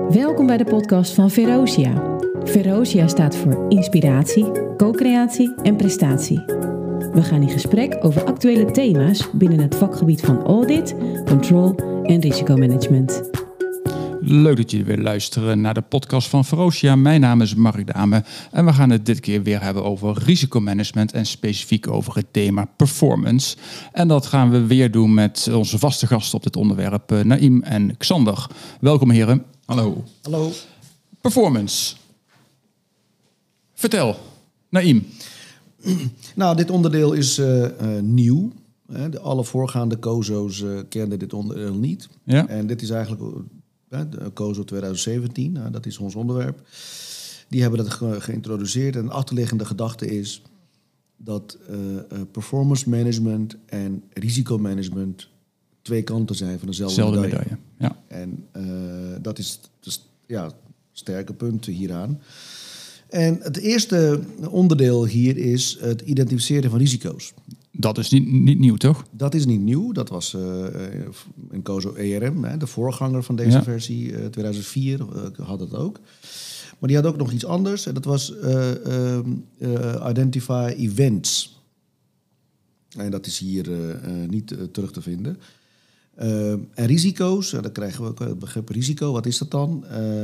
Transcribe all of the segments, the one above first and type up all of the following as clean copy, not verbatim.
Welkom bij de podcast van Verosia. Verosia staat voor inspiratie, co-creatie en prestatie. We gaan in gesprek over actuele thema's binnen het vakgebied van audit, control en risicomanagement. Leuk dat jullie weer luisteren naar de podcast van Verosia. Mijn naam is Mark Dame en we gaan het dit keer weer hebben over risicomanagement en specifiek over het thema performance. En dat gaan we weer doen met onze vaste gasten op dit onderwerp, Naïm en Xander. Welkom heren. Hallo. Hallo. Performance. Vertel, Naïm. Nou, dit onderdeel is nieuw. Alle voorgaande COSO's kenden dit onderdeel niet. Ja. En dit is eigenlijk de COSO 2017, dat is ons onderwerp. Die hebben dat geïntroduceerd. En de achterliggende gedachte is dat performance management en risicomanagement twee kanten zijn van dezelfde medaille. Ja. En dat is sterke punt hieraan. En het eerste onderdeel hier is het identificeren van risico's. Dat is niet nieuw, toch? Dat is niet nieuw. Dat was een COSO ERM, de voorganger van deze versie. 2004 had het ook. Maar die had ook nog iets anders. En dat was Identify Events. En dat is hier niet terug te vinden. En risico's, dan krijgen we ook het begrip risico. Wat is dat dan?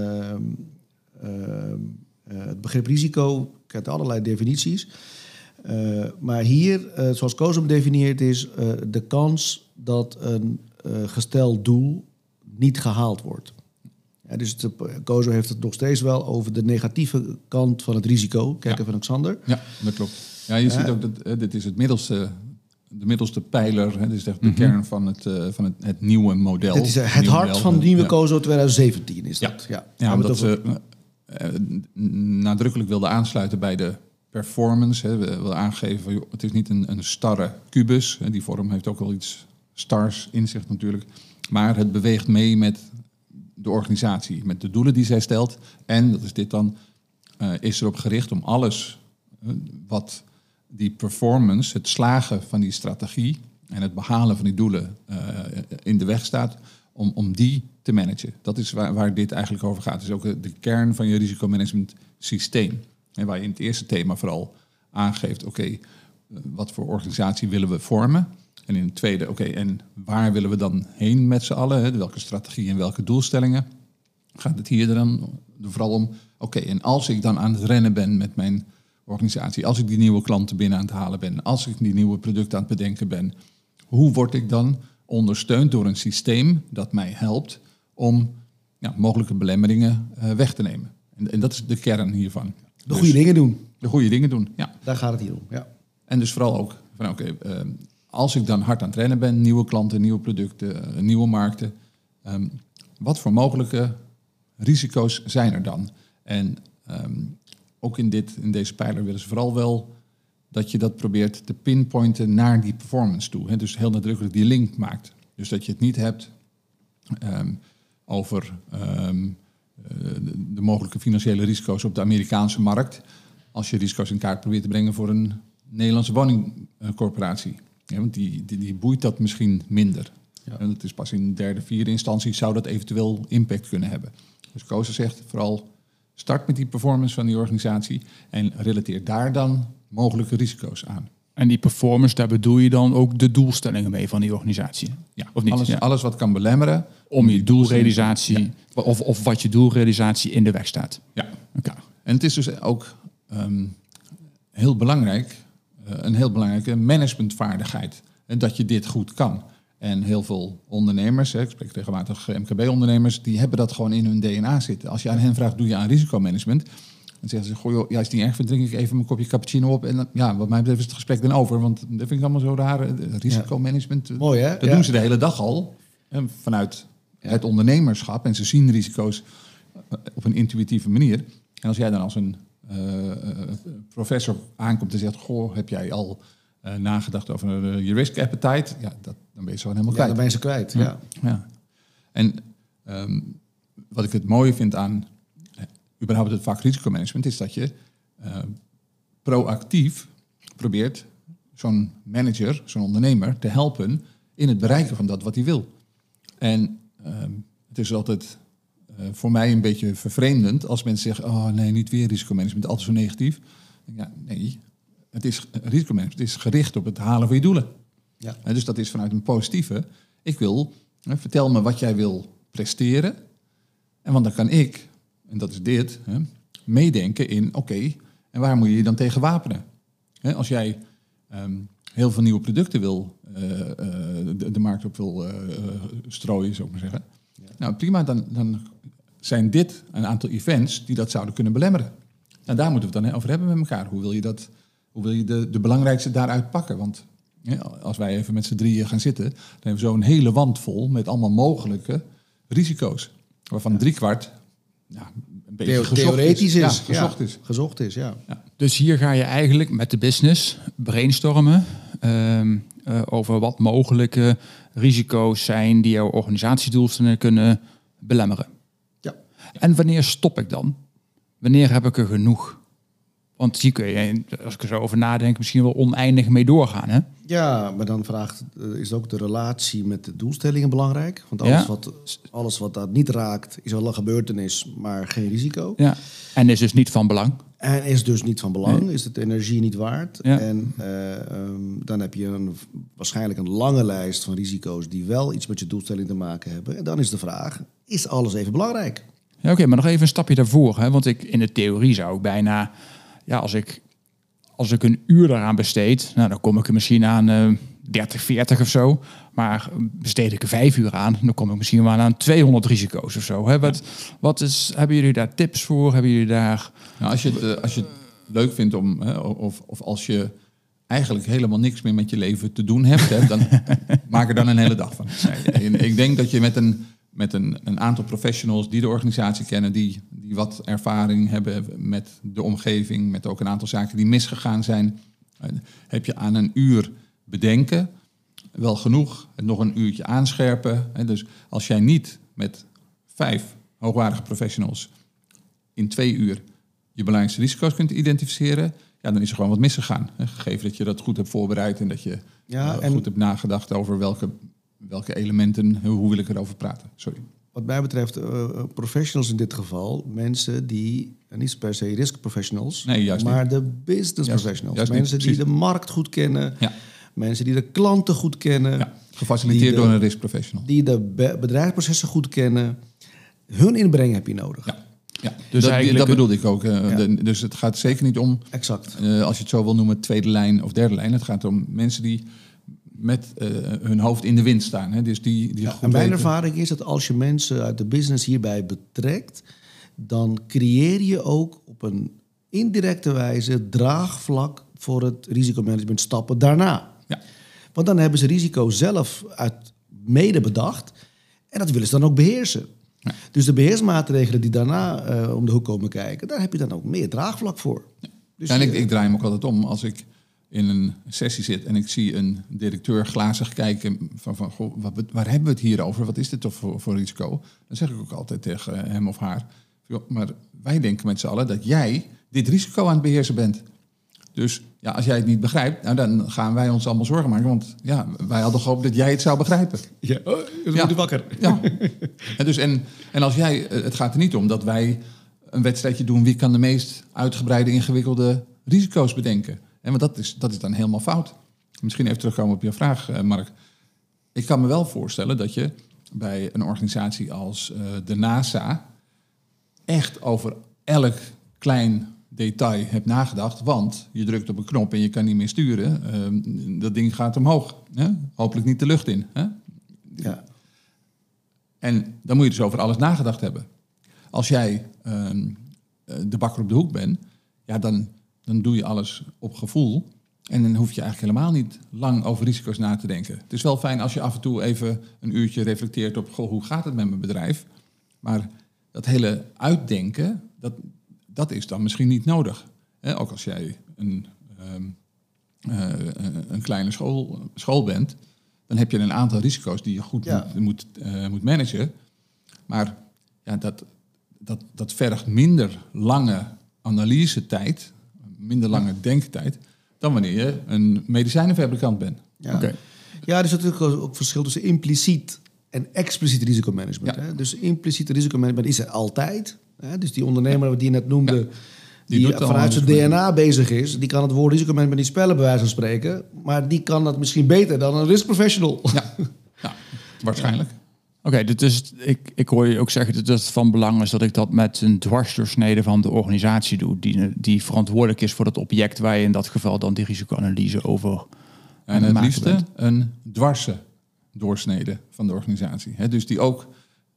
Het begrip risico kent allerlei definities. Maar hier, zoals COSO hem definieert, is de kans dat een gesteld doel niet gehaald wordt. Ja, dus COSO heeft het nog steeds wel over de negatieve kant van het risico. Kijk even naar Xander. Ja, dat klopt. Ja, je ziet ook dat dit is het de middelste pijler. Dit is echt de kern van het nieuwe model. Dit is het hart van de nieuwe COSO 2017 is dat. Ja, omdat ze nadrukkelijk wilden aansluiten bij de performance. We willen aangeven, joh, het is niet een starre kubus. Die vorm heeft ook wel iets stars in zich natuurlijk. Maar het beweegt mee met de organisatie, met de doelen die zij stelt. En, dat is dit dan, is erop gericht om alles wat die performance, het slagen van die strategie en het behalen van die doelen in de weg staat, om die te managen. Dat is waar dit eigenlijk over gaat. Het is ook de kern van je risicomanagement systeem. En waar je in het eerste thema vooral aangeeft, wat voor organisatie willen we vormen? En in het tweede, en waar willen we dan heen met z'n allen? Welke strategie en welke doelstellingen? Gaat het hier dan vooral om, en als ik dan aan het rennen ben met mijn organisatie, als ik die nieuwe klanten binnen aan het halen ben, als ik die nieuwe producten aan het bedenken ben, hoe word ik dan ondersteund door een systeem dat mij helpt om mogelijke belemmeringen weg te nemen? En dat is de kern hiervan. De goede dingen doen. De goede dingen doen, ja. Daar gaat het hier om, ja. En dus vooral ook van als ik dan hard aan het rennen ben, nieuwe klanten, nieuwe producten, nieuwe markten, wat voor mogelijke risico's zijn er dan? En ook in deze pijler willen ze vooral wel dat je dat probeert te pinpointen naar die performance toe. Dus heel nadrukkelijk die link maakt. Dus dat je het niet hebt over de mogelijke financiële risico's op de Amerikaanse markt, als je risico's in kaart probeert te brengen voor een Nederlandse woningcorporatie. Ja, want die boeit dat misschien minder. Ja. En het is pas in derde, vierde instantie zou dat eventueel impact kunnen hebben. Dus COSO zegt vooral start met die performance van die organisatie en relateer daar dan mogelijke risico's aan. En die performance, daar bedoel je dan ook de doelstellingen mee van die organisatie? Ja, of niet? Alles wat kan belemmeren om je doelrealisatie, of wat je doelrealisatie in de weg staat. Ja, en het is dus ook heel belangrijk, een heel belangrijke managementvaardigheid. En dat je dit goed kan. En heel veel ondernemers, ik spreek regelmatig MKB-ondernemers, die hebben dat gewoon in hun DNA zitten. Als je aan hen vraagt, doe je aan risicomanagement? Dan zeggen ze, als het niet erg vindt, drink ik even mijn kopje cappuccino op. En dan, wat mij betreft is het gesprek dan over. Want dat vind ik allemaal zo raar. Risicomanagement, mooi, hè? Dat doen ze de hele dag al. Vanuit het ondernemerschap. En ze zien risico's op een intuïtieve manier. En als jij dan als een professor aankomt en zegt, heb jij al nagedacht over je risk appetite? Ja, dan ben je zo helemaal kwijt. Dan ben je ze kwijt, ja. En wat ik het mooie vind aan überhaupt het vak risicomanagement is dat je proactief probeert zo'n manager, zo'n ondernemer te helpen in het bereiken van dat wat hij wil. En het is altijd voor mij een beetje vervreemdend als mensen zeggen, oh nee, niet weer risicomanagement, altijd zo negatief. Ja, nee, risicomanagement is gericht op het halen van je doelen. Ja. Dus dat is vanuit een positieve. Ik wil, vertel me wat jij wil presteren. En want dan kan ik, en dat is dit, meedenken in, oké, en waar moet je je dan tegen wapenen? Als jij heel veel nieuwe producten wil, de markt op wil strooien, zou ik maar zeggen. Ja. Nou, prima, dan zijn dit een aantal events die dat zouden kunnen belemmeren. En daar moeten we het dan over hebben met elkaar. Hoe wil je de belangrijkste daaruit pakken? Want als wij even met z'n drieën gaan zitten, dan hebben we zo'n hele wand vol met allemaal mogelijke risico's. Waarvan 3/4 een beetje theoretisch is. Gezocht is. Ja. Dus hier ga je eigenlijk met de business brainstormen over wat mogelijke risico's zijn die jouw organisatiedoelstellingen kunnen belemmeren. Ja. En wanneer stop ik dan? Wanneer heb ik er genoeg? Want hier kun je, als ik er zo over nadenk, misschien wel oneindig mee doorgaan. Hè? Ja, maar dan is ook de relatie met de doelstellingen belangrijk. Want alles wat dat niet raakt, is wel een gebeurtenis, maar geen risico. Ja. En is dus niet van belang. En is dus niet van belang, is het energie niet waard. Ja. En dan heb je waarschijnlijk een lange lijst van risico's die wel iets met je doelstelling te maken hebben. En dan is de vraag, is alles even belangrijk? Ja, oké, maar nog even een stapje daarvoor. Hè? Want in de theorie zou ik bijna... Ja, als ik een uur daaraan besteed, dan kom ik er misschien aan 30, 40 of zo. Maar besteed ik er 5 uur aan, dan kom ik misschien wel aan 200 risico's of zo. Hè? Hebben jullie daar tips voor? Hebben jullie daar... Nou, als je het leuk vindt om, of als je eigenlijk helemaal niks meer met je leven te doen hebt, dan maak er dan een hele dag van. Nee, ik denk dat je met een aantal professionals die de organisatie kennen, die wat ervaring hebben met de omgeving, met ook een aantal zaken die misgegaan zijn, heb je aan een uur bedenken wel genoeg. En nog een uurtje aanscherpen. Dus als jij niet met 5 hoogwaardige professionals in 2 uur je belangrijkste risico's kunt identificeren, dan is er gewoon wat misgegaan. Gegeven dat je dat goed hebt voorbereid en dat je goed hebt nagedacht over welke elementen, hoe wil ik erover praten. Sorry. Wat mij betreft, professionals in dit geval, mensen die, niet per se risk professionals, maar de business professionals. Mensen die de markt goed kennen, mensen die de klanten goed kennen. Ja, gefaciliteerd door een risk professional. Die de bedrijfsprocessen goed kennen. Hun inbreng heb je nodig. Ja, dus dat bedoelde ik ook. Dus het gaat zeker niet om, exact. Als je het zo wil noemen, tweede lijn of derde lijn. Het gaat om mensen die met hun hoofd in de wind staan. Hè? Dus die goed en mijn ervaring is dat als je mensen uit de business hierbij betrekt, dan creëer je ook op een indirecte wijze draagvlak voor het risicomanagement stappen daarna. Ja. Want dan hebben ze risico zelf mede bedacht en dat willen ze dan ook beheersen. Ja. Dus de beheersmaatregelen die daarna om de hoek komen kijken, daar heb je dan ook meer draagvlak voor. Ja. Dus en ik draai hem ook altijd om als ik in een sessie zit en ik zie een directeur glazig kijken van goh, waar hebben we het hier over? Wat is dit toch voor risico? Dan zeg ik ook altijd tegen hem of haar, maar wij denken met z'n allen dat jij dit risico aan het beheersen bent. Dus als jij het niet begrijpt, dan gaan wij ons allemaal zorgen maken. Want wij hadden gehoopt dat jij het zou begrijpen. Ja, dan moet je wakker. Ja. En als jij, het gaat er niet om dat wij een wedstrijdje doen, wie kan de meest uitgebreide, ingewikkelde risico's bedenken. Want dat is dan helemaal fout. Misschien even terugkomen op je vraag, Mark. Ik kan me wel voorstellen dat je bij een organisatie als de NASA echt over elk klein detail hebt nagedacht. Want je drukt op een knop en je kan niet meer sturen. Dat ding gaat omhoog. Hè? Hopelijk niet de lucht in. Hè? Ja. En dan moet je dus over alles nagedacht hebben. Als jij de bakker op de hoek bent, dan doe je alles op gevoel. En dan hoef je eigenlijk helemaal niet lang over risico's na te denken. Het is wel fijn als je af en toe even een uurtje reflecteert op hoe gaat het met mijn bedrijf. Maar dat hele uitdenken, dat is dan misschien niet nodig. Ook als jij een kleine school bent, dan heb je een aantal risico's die je goed moet managen. Maar dat vergt minder lange analysetijd, minder lange denktijd, dan wanneer je een medicijnenfabrikant bent. Ja. Okay. Ja, er is natuurlijk ook verschil tussen impliciet en expliciet risicomanagement. Ja. Hè? Dus impliciet risicomanagement is er altijd. Hè? Dus die ondernemer die je net noemde, Die die doet al vanuit zijn risicomanagement. DNA bezig is, die kan het woord risicomanagement niet spellen, bij wijze van spreken. Maar die kan dat misschien beter dan een risk professional. Ja, waarschijnlijk. Oké, dus ik hoor je ook zeggen dat het van belang is dat ik dat met een dwarsdoorsnede van de organisatie doe, die verantwoordelijk is voor dat object waar je in dat geval dan die risicoanalyse over En het maken liefste bent. een dwarse doorsnede van de organisatie. Hè? Dus die ook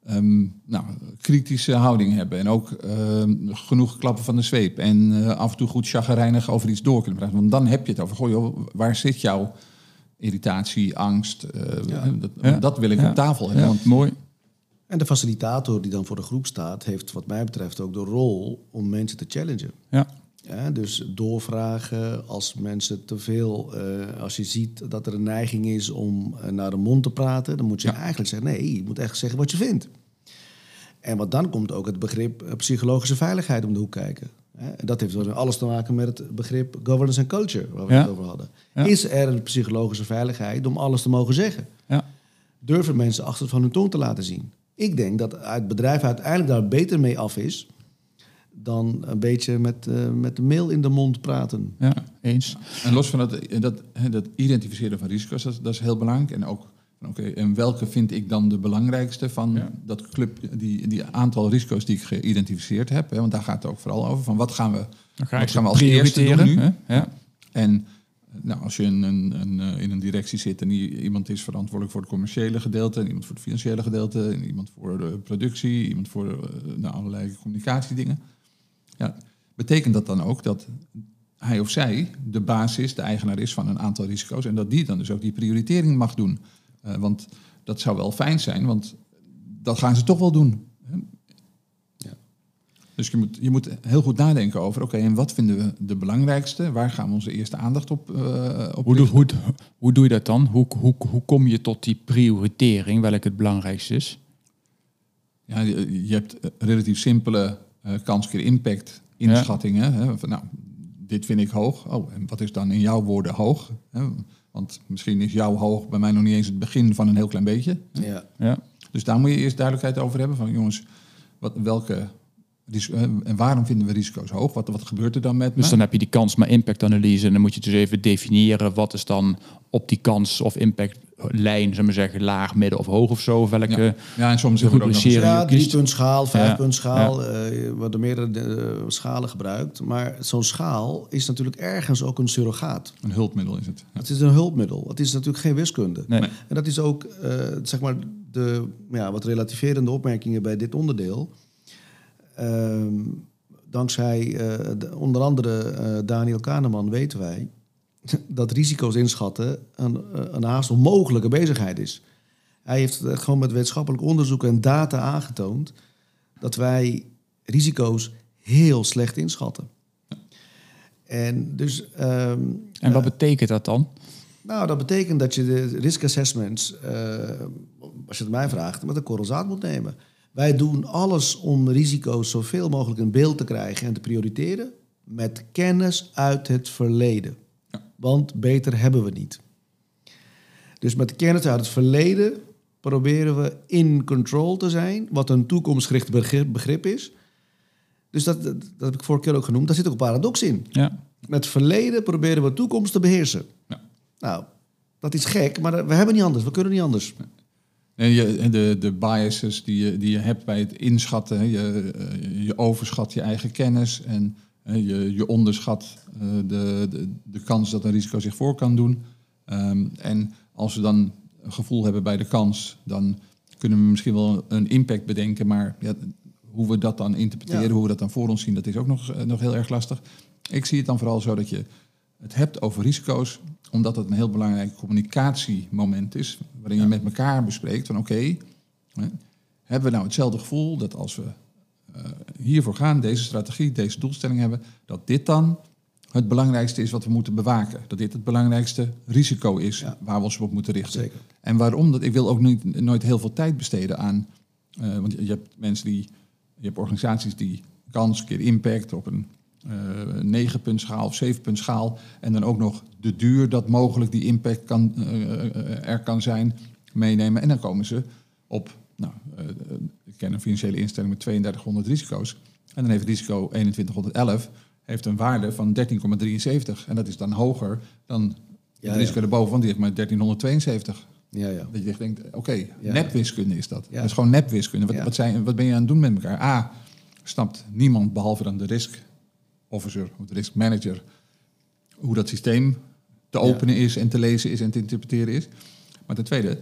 kritische houding hebben. En ook genoeg klappen van de zweep. En af en toe goed chagrijnig over iets door kunnen praten. Want dan heb je het over, goh, joh, waar zit jouw irritatie, angst? Dat wil ik op tafel hebben. Ja, Want mooi. En de facilitator die dan voor de groep staat, heeft wat mij betreft ook de rol om mensen te challengen. Ja. Ja, dus doorvragen als mensen te veel... als je ziet dat er een neiging is om naar de mond te praten, dan moet je eigenlijk zeggen, nee, je moet echt zeggen wat je vindt. En wat dan komt ook het begrip psychologische veiligheid om de hoek kijken. En dat heeft alles te maken met het begrip governance en culture, waar we het over hadden. Ja. Is er een psychologische veiligheid om alles te mogen zeggen? Ja. Durven mensen achter van hun tong te laten zien? Ik denk dat het bedrijf uiteindelijk daar beter mee af is dan een beetje met de mail in de mond praten. Ja, eens. En los van dat identificeren van risico's, dat is heel belangrijk. En ook, en welke vind ik dan de belangrijkste van dat club, die aantal risico's die ik geïdentificeerd heb. Hè? Want daar gaat het ook vooral over. Van wat gaan we als eerste doen nu? Hè? Ja. En als je in een directie zit en iemand is verantwoordelijk voor het commerciële gedeelte, en iemand voor het financiële gedeelte, en iemand voor de productie, iemand voor allerlei communicatiedingen. Ja, betekent dat dan ook dat hij of zij de baas is, de eigenaar is van een aantal risico's en dat die dan dus ook die prioritering mag doen? Want dat zou wel fijn zijn, want dat gaan ze toch wel doen. Ja. Dus je moet heel goed nadenken over, en wat vinden we de belangrijkste? Waar gaan we onze eerste aandacht op Hoe doe je dat dan? Hoe kom je tot die prioritering, welke het belangrijkste is? Ja, je hebt relatief simpele kans keer impact inschattingen. Hè? Van, dit vind ik hoog. Oh, en wat is dan in jouw woorden hoog? Want misschien is jouw hoog bij mij nog niet eens het begin van een heel klein beetje. Ja. Dus daar moet je eerst duidelijkheid over hebben. Van jongens, en waarom vinden we risico's hoog? Wat gebeurt er dan met me? Dus dan heb je die kans maar impactanalyse en dan moet je dus even definiëren wat is dan op die kans of impactlijn, zullen we zeggen, laag, midden of hoog of zo. Welke en soms hebben we ook nog eens, 3-punt schaal, 5-punt schaal. We worden meerdere schalen gebruikt. Maar zo'n schaal is natuurlijk ergens ook een surrogaat. een hulpmiddel is het. Ja. Het is een hulpmiddel. Het is natuurlijk geen wiskunde. Nee. En dat is ook zeg maar de wat relativerende opmerkingen bij dit onderdeel. Dankzij onder andere Daniel Kahneman weten wij dat risico's inschatten een haast onmogelijke bezigheid is. Hij heeft gewoon met wetenschappelijk onderzoek en data aangetoond dat wij risico's heel slecht inschatten. En dus, en wat betekent dat dan? Nou, dat betekent dat je de risk assessments, als je het mij vraagt, met een korrel zout moet nemen. Wij doen alles om risico's zoveel mogelijk in beeld te krijgen en te prioriteren met kennis uit het verleden. Ja. Want beter hebben we niet. Dus met kennis uit het verleden proberen we in control te zijn, wat een toekomstgericht begrip is. Dus dat heb ik vorige keer ook genoemd. Daar zit ook een paradox in. Ja. Met het verleden proberen we toekomst te beheersen. Ja. Nou, dat is gek, maar we hebben niet anders. We kunnen niet anders. En de biases die je hebt bij het inschatten. Je overschat je eigen kennis en je onderschat de kans dat een risico zich voor kan doen. En als we dan een gevoel hebben bij de kans, dan kunnen we misschien wel een impact bedenken. Maar hoe we dat dan interpreteren, hoe we dat dan voor ons zien, dat is ook nog heel erg lastig. Ik zie het dan vooral zo dat je het hebt over risico's, omdat het een heel belangrijk communicatiemoment is, waarin je met elkaar bespreekt van hebben we nou hetzelfde gevoel dat als we hiervoor gaan, deze strategie, deze doelstelling hebben, dat dit dan het belangrijkste is wat we moeten bewaken. Dat dit het belangrijkste risico is waar we ons op moeten richten. Zeker. En waarom? Ik wil ook nooit heel veel tijd besteden aan, want je hebt mensen je hebt organisaties die kans keer impact op een 9-punt schaal of 7-punt schaal. En dan ook nog de duur dat mogelijk die impact er kan zijn meenemen. En dan komen ze op... ik ken een financiële instelling met 3200 risico's. En dan heeft risico 2111 heeft een waarde van 13,73. En dat is dan hoger dan het risico erboven, want die heeft maar 1372. Ja. Dat je denkt, oké, nepwiskunde is dat. Ja. Dat is gewoon nepwiskunde. Wat ben je aan het doen met elkaar? A, snapt niemand, behalve dan de risk officer of de risk manager, hoe dat systeem te openen is en te lezen is en te interpreteren is. Maar ten tweede,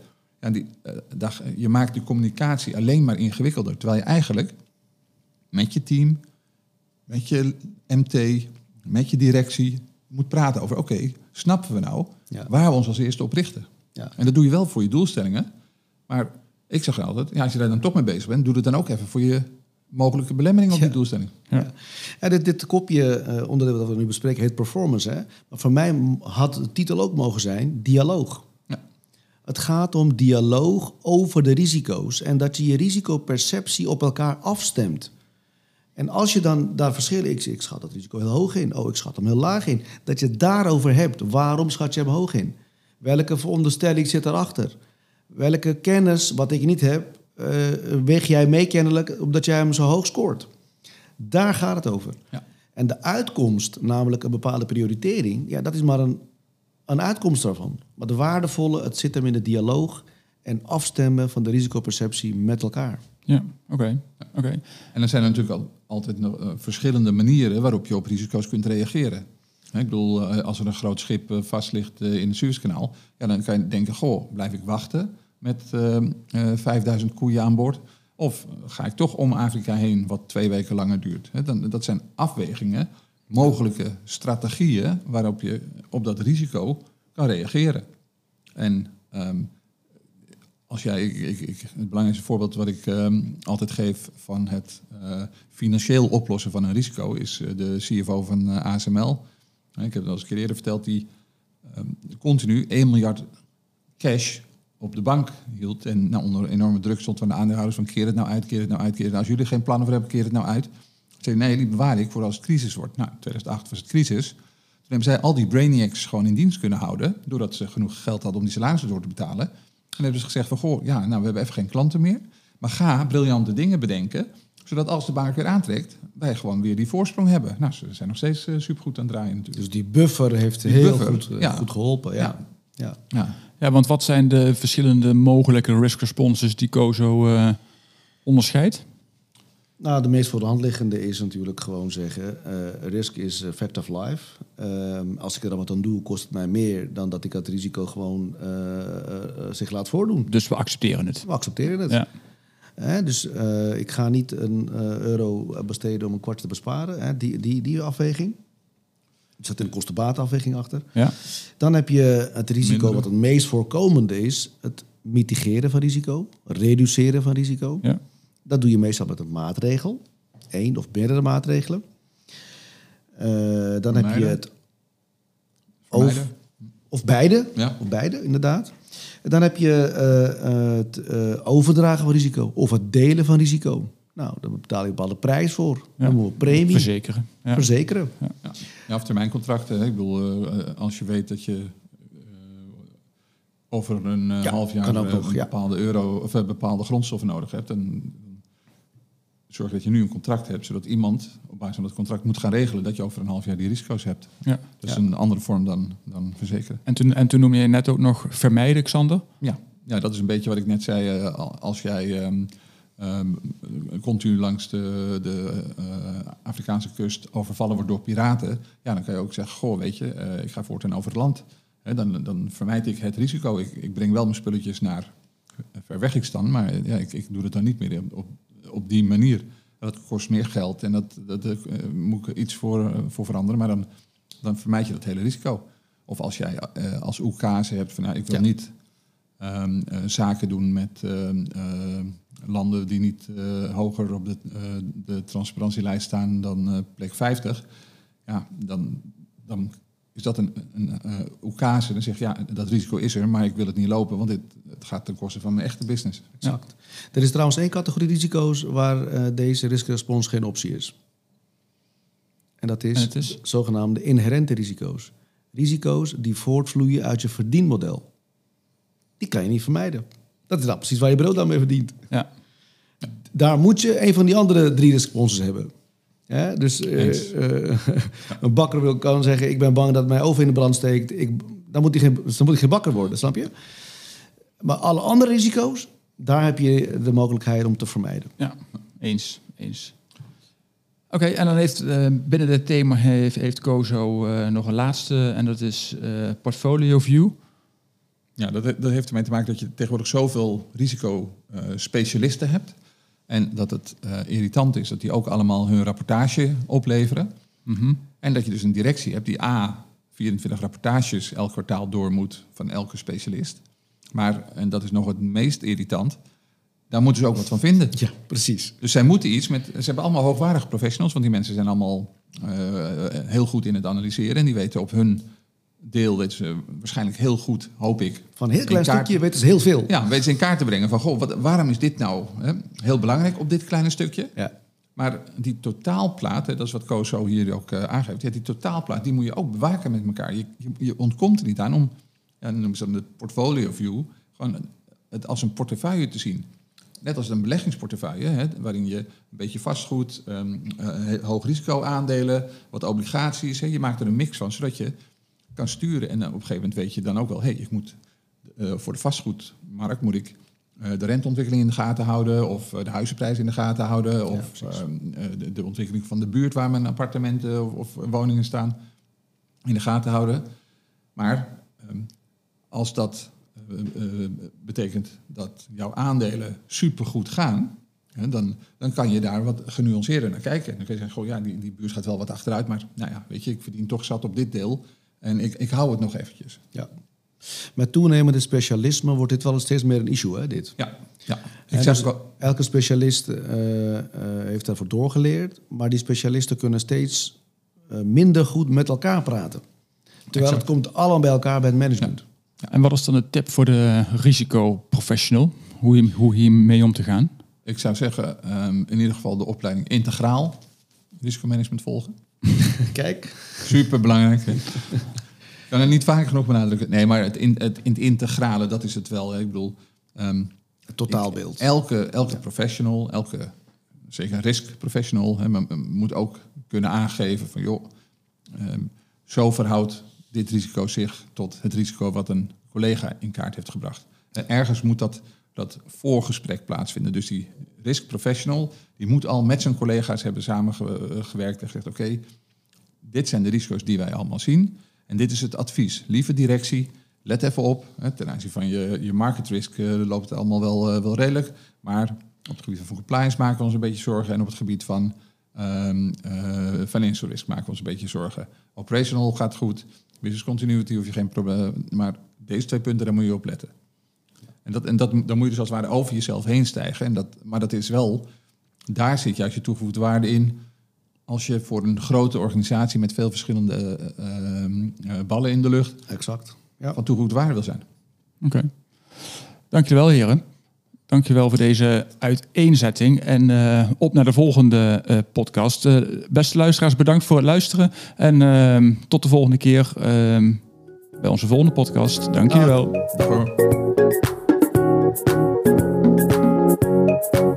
je maakt die communicatie alleen maar ingewikkelder. Terwijl je eigenlijk met je team, met je MT, met je directie moet praten over, oké, snappen we nou waar we ons als eerste op richten? Ja. En dat doe je wel voor je doelstellingen. Maar ik zeg altijd, als je daar dan toch mee bezig bent, doe het dan ook even voor je mogelijke belemmering op die doelstelling. Ja. Ja, dit kopje onderdeel dat we nu bespreken heet performance. Hè? Maar voor mij had de titel ook mogen zijn dialoog. Ja. Het gaat om dialoog over de risico's en dat je je risicoperceptie op elkaar afstemt. En als je dan daar verschillen, ik schat dat risico heel hoog in, ik schat hem heel laag in, dat je het daarover hebt. Waarom schat je hem hoog in? Welke veronderstelling zit erachter? Welke kennis, wat ik niet heb, weeg jij mee kennelijk omdat jij hem zo hoog scoort? Daar gaat het over. Ja. En de uitkomst, namelijk een bepaalde prioritering, dat is maar een uitkomst daarvan. Maar de waardevolle, het zit hem in de dialoog en afstemmen van de risicoperceptie met elkaar. Ja, oké. En dan zijn er natuurlijk altijd nog verschillende manieren waarop je op risico's kunt reageren. Ik bedoel, als er een groot schip vast ligt in het Suezkanaal, dan kan je denken, blijf ik wachten met 5000 koeien aan boord? Of ga ik toch om Afrika heen, wat 2 weken langer duurt? Dat zijn afwegingen, mogelijke strategieën waarop je op dat risico kan reageren. En als jij, het belangrijkste voorbeeld wat ik altijd geef van het financieel oplossen van een risico is de CFO van ASML. Ik heb het al eens een keer eerder verteld, die continu 1 miljard cash op de bank hield. En onder enorme druk stond van de aandeelhouders van keer het nou uit, keer het nou uit, keer het nou. Als jullie geen plannen voor hebben, keer het nou uit. Ik zei, nee, die bewaar ik voor als het crisis wordt. Nou, 2008 was het crisis. Toen hebben zij al die brainiacs gewoon in dienst kunnen houden, doordat ze genoeg geld hadden om die salarissen door te betalen. En hebben ze gezegd van, we hebben even geen klanten meer. Maar ga briljante dingen bedenken, zodat als de bank weer aantrekt, wij gewoon weer die voorsprong hebben. Nou, ze zijn nog steeds supergoed aan het draaien natuurlijk. Dus die buffer heeft heel goed geholpen. Ja, want wat zijn de verschillende mogelijke risk responses die COSO onderscheidt? Nou, de meest voor de hand liggende is natuurlijk gewoon zeggen, risk is a fact of life. Als ik er dan wat aan doe, kost het mij meer dan dat ik het risico gewoon zich laat voordoen. Dus we accepteren het. We accepteren het. Ja. Dus ik ga niet een euro besteden om een kwart te besparen. Die afweging. Er zit een kosten-baatafweging achter. Ja. Dan heb je het risico wat het meest voorkomende is. Het mitigeren van risico. Reduceren van risico. Ja. Dat doe je meestal met een maatregel. 1 of meerdere maatregelen. Dan heb je het... Of beide. Ja. Of beide, inderdaad. Dan heb je het overdragen van risico. Of het delen van risico. Nou, daar betaal je een bepaalde prijs voor. Ja. Dan moet je premie. Verzekeren. Ja. Verzekeren. Ja, of termijncontracten. Ik bedoel, als je weet dat je over een half jaar een bepaalde euro of bepaalde grondstoffen nodig hebt, dan zorg dat je nu een contract hebt, zodat iemand op basis van dat contract moet gaan regelen dat je over een half jaar die risico's hebt. Ja. Dat is een andere vorm dan verzekeren. En toen noemde je net ook nog vermijden, Xander? Ja, dat is een beetje wat ik net zei. Als jij continu langs de Afrikaanse kust overvallen wordt door piraten, dan kan je ook zeggen, ik ga voortaan over het land. Dan vermijd ik het risico. Ik breng wel mijn spulletjes naar Verwegingstan, maar ik doe het dan niet meer op die manier. Dat kost meer geld en dat moet ik iets voor veranderen, maar dan vermijd je dat hele risico. Of als jij als oekase hebt van ik wil niet zaken doen met landen die niet hoger op de transparantielijst staan dan plek 50, dan is dat een oekase. Dan zeg je, dat risico is er, maar ik wil het niet lopen, want het gaat ten koste van mijn echte business. Exact. Ja. Er is trouwens 1 categorie risico's waar deze risk response geen optie is. En dat is zogenaamde inherente risico's. Risico's die voortvloeien uit je verdienmodel. Die kan je niet vermijden. Dat is nou precies waar je brood aan mee verdient. Ja. Daar moet je een van die andere 3 responsors hebben. Ja, dus een bakker kan zeggen... ik ben bang dat mijn oven in de brand steekt. Dan moet hij geen bakker worden, snap je? Maar alle andere risico's... daar heb je de mogelijkheid om te vermijden. Ja, eens. Oké, en dan heeft binnen dit thema heeft Kozo nog een laatste... en dat is portfolio view. Ja, dat heeft ermee te maken dat je tegenwoordig zoveel risicospecialisten hebt. En dat het irritant is dat die ook allemaal hun rapportage opleveren. Mm-hmm. En dat je dus een directie hebt die 24 rapportages elk kwartaal door moet van elke specialist. Maar, en dat is nog het meest irritant, daar moeten ze ook wat van vinden. Ja, precies. Dus zij moeten iets met... Ze hebben allemaal hoogwaardige professionals, want die mensen zijn allemaal heel goed in het analyseren. En die weten op hun deel, weten ze waarschijnlijk heel goed, hoop ik. Van een heel klein stukje weten ze heel veel. Ja, weten ze in kaart te brengen van, waarom is dit nou heel belangrijk op dit kleine stukje? Ja. Maar die totaalplaat, dat is wat Kozo hier ook aangeeft, die totaalplaat, die moet je ook bewaken met elkaar. Je ontkomt er niet aan om, dan noemen ze dan de portfolio view, gewoon het als een portefeuille te zien. Net als een beleggingsportefeuille, waarin je een beetje vastgoed, hoog risico aandelen, wat obligaties, je maakt er een mix van, zodat je kan sturen. En op een gegeven moment weet je dan ook wel, ik moet voor de vastgoedmarkt moet ik de renteontwikkeling in de gaten houden, of de huizenprijs in de gaten houden, of de ontwikkeling van de buurt waar mijn appartementen of woningen staan in de gaten houden. Maar als dat betekent dat jouw aandelen supergoed gaan, dan kan je daar wat genuanceerder naar kijken. En dan kun je zeggen, die beurs gaat wel wat achteruit, maar weet je, ik verdien toch zat op dit deel en ik hou het nog eventjes. Ja. Met toenemende specialisme wordt dit wel steeds meer een issue, hè, dit? Ja. Elke specialist heeft daarvoor doorgeleerd, maar die specialisten kunnen steeds minder goed met elkaar praten. Terwijl het komt allemaal bij elkaar bij het management. Ja. En wat is dan de tip voor de risicoprofessional? Hoe hiermee om te gaan? Ik zou zeggen, in ieder geval de opleiding integraal risicomanagement volgen. Kijk. Superbelangrijk. Ik kan het niet vaak genoeg benadrukken. Nee, maar het integrale, dat is het wel. Ik bedoel... het totaalbeeld. Elke professional, zeker risk professional, moet ook kunnen aangeven van zo verhoudt dit risico zich tot het risico wat een collega in kaart heeft gebracht. En ergens moet dat voorgesprek plaatsvinden. Dus die risk professional, die moet al met zijn collega's hebben samengewerkt en gezegd, oké, dit zijn de risico's die wij allemaal zien. En dit is het advies. Lieve directie, let even op. Ten aanzien van je market risk loopt het allemaal wel redelijk. Maar op het gebied van compliance maken we ons een beetje zorgen. En op het gebied van financial risk maken we ons een beetje zorgen. Operational gaat goed. Business continuity hoef je geen probleem. Maar deze 2 punten, daar moet je op letten. En dan moet je dus als het ware over jezelf heen stijgen. Maar dat is wel, daar zit juist je toegevoegde waarde in. Als je voor een grote organisatie met veel verschillende ballen in de lucht van toegevoegde waarde wil zijn. Oké. Dankjewel, heren. Dankjewel voor deze uiteenzetting. En op naar de volgende podcast. Beste luisteraars, bedankt voor het luisteren. En tot de volgende keer bij onze volgende podcast. Dank jullie wel.